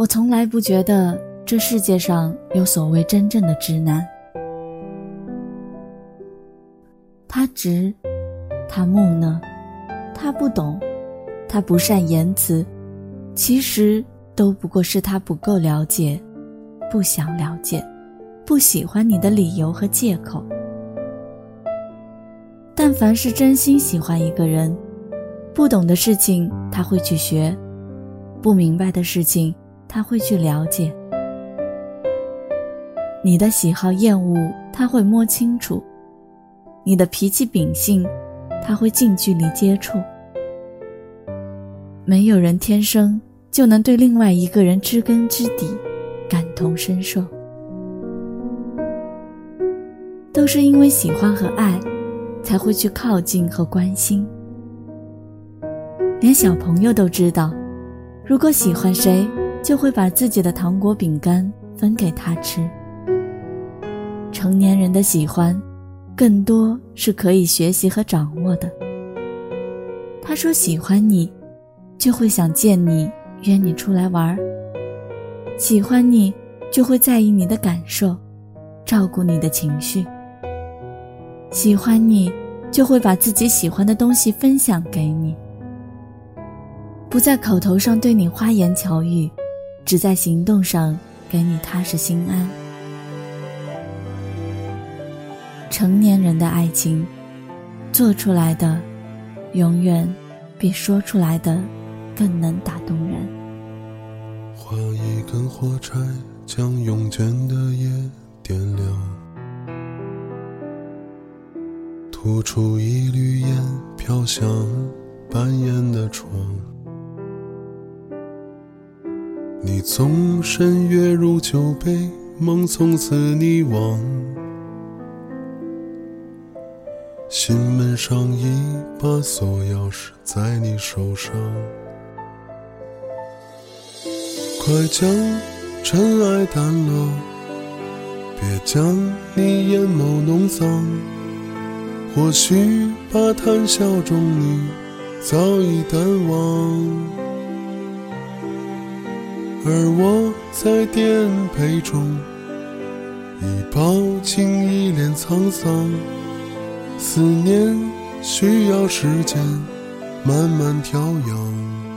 我从来不觉得这世界上有所谓真正的直男。他直，他木讷，他不懂，他不善言辞，其实都不过是他不够了解，不想了解，不喜欢你的理由和借口。但凡是真心喜欢一个人，不懂的事情他会去学，不明白的事情他会去了解，你的喜好厌恶他会摸清楚，你的脾气秉性他会近距离接触。没有人天生就能对另外一个人知根知底，感同身受，都是因为喜欢和爱才会去靠近和关心。连小朋友都知道，如果喜欢谁，就会把自己的糖果饼干分给他吃。成年人的喜欢更多是可以学习和掌握的。他说喜欢你，就会想见你，约你出来玩。喜欢你，就会在意你的感受，照顾你的情绪。喜欢你，就会把自己喜欢的东西分享给你，不在口头上对你花言巧语，只在行动上给你踏实心安。成年人的爱情，做出来的永远比说出来的更能打动人。 画一根火柴，将慵倦的夜点亮，吐出一缕烟，飘向半掩的窗。你纵身跃入酒杯，梦从此溺亡。心门上一把锁钥匙在你手上，快将尘埃掸落，别将你眼眸弄脏。或许把谈笑中你早已淡忘，而我在颠沛中已饱经一脸沧桑。思念需要时间慢慢调养。